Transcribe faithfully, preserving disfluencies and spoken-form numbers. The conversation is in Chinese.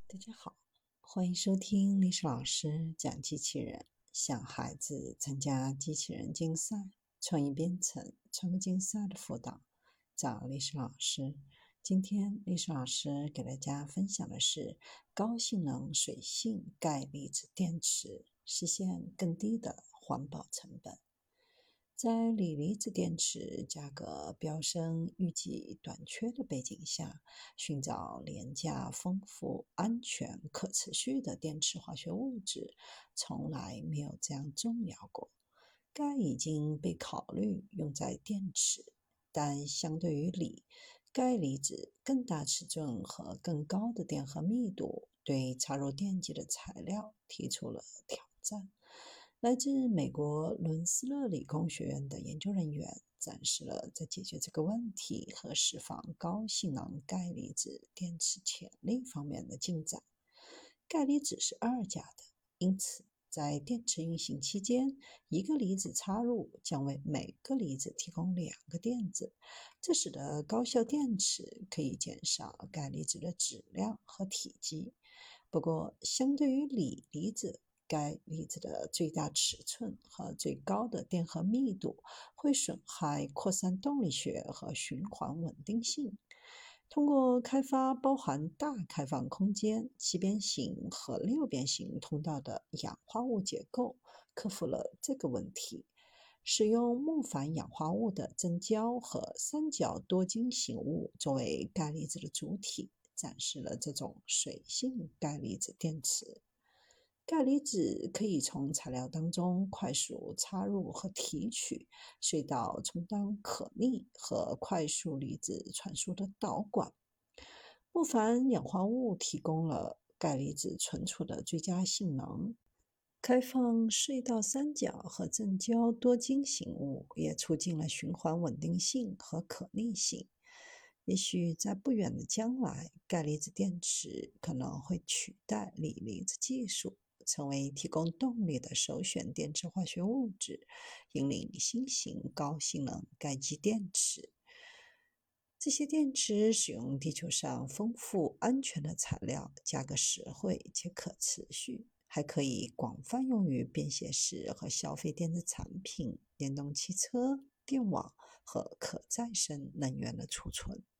大家好，欢迎收听历史老师讲机器人，想孩子参加机器人竞赛、创意编程、创客竞赛的辅导，找历史老师。今天历史老师给大家分享的是高性能水性钙离子电池，实现更低的环保成本。在锂离子电池价格飙升、预计短缺的背景下，寻找廉价、丰富、安全、可持续的电池化学物质，从来没有这样重要过。钙已经被考虑用在电池，但相对于锂，钙离子更大尺寸和更高的电荷密度，对插入电极的材料提出了挑战。来自美国伦斯勒理工学院的研究人员展示了在解决这个问题和释放高性能钙离子电池潜力方面的进展。钙离子是二价的，因此在电池运行期间，一个离子插入将为每个离子提供两个电子，这使得高效电池可以减少钙离子的质量和体积。不过，相对于锂离子，钙离子的最大尺寸和最高的电荷密度会损害扩散动力学和循环稳定性。通过开发包含大开放空间、七边形和六边形通道的氧化物结构，克服了这个问题。使用木反氧化物的正胶和三角多晶型物作为钙离子的主体，展示了这种水性钙离子电池。钙离子可以从材料当中快速插入和提取，隧道充当可逆和快速离子传输的导管。木反氧化物提供了钙离子存储的最佳性能。开放隧道三角和正胶多晶型物也促进了循环稳定性和可逆性。也许在不远的将来，钙离子电池可能会取代锂离子技术，成为提供动力的首选电池化学物质，引领新型高性能钙基电池。这些电池使用地球上丰富安全的材料，价格实惠且可持续，还可以广泛用于便携式和消费电子产品、电动汽车、电网和可再生能源的储存。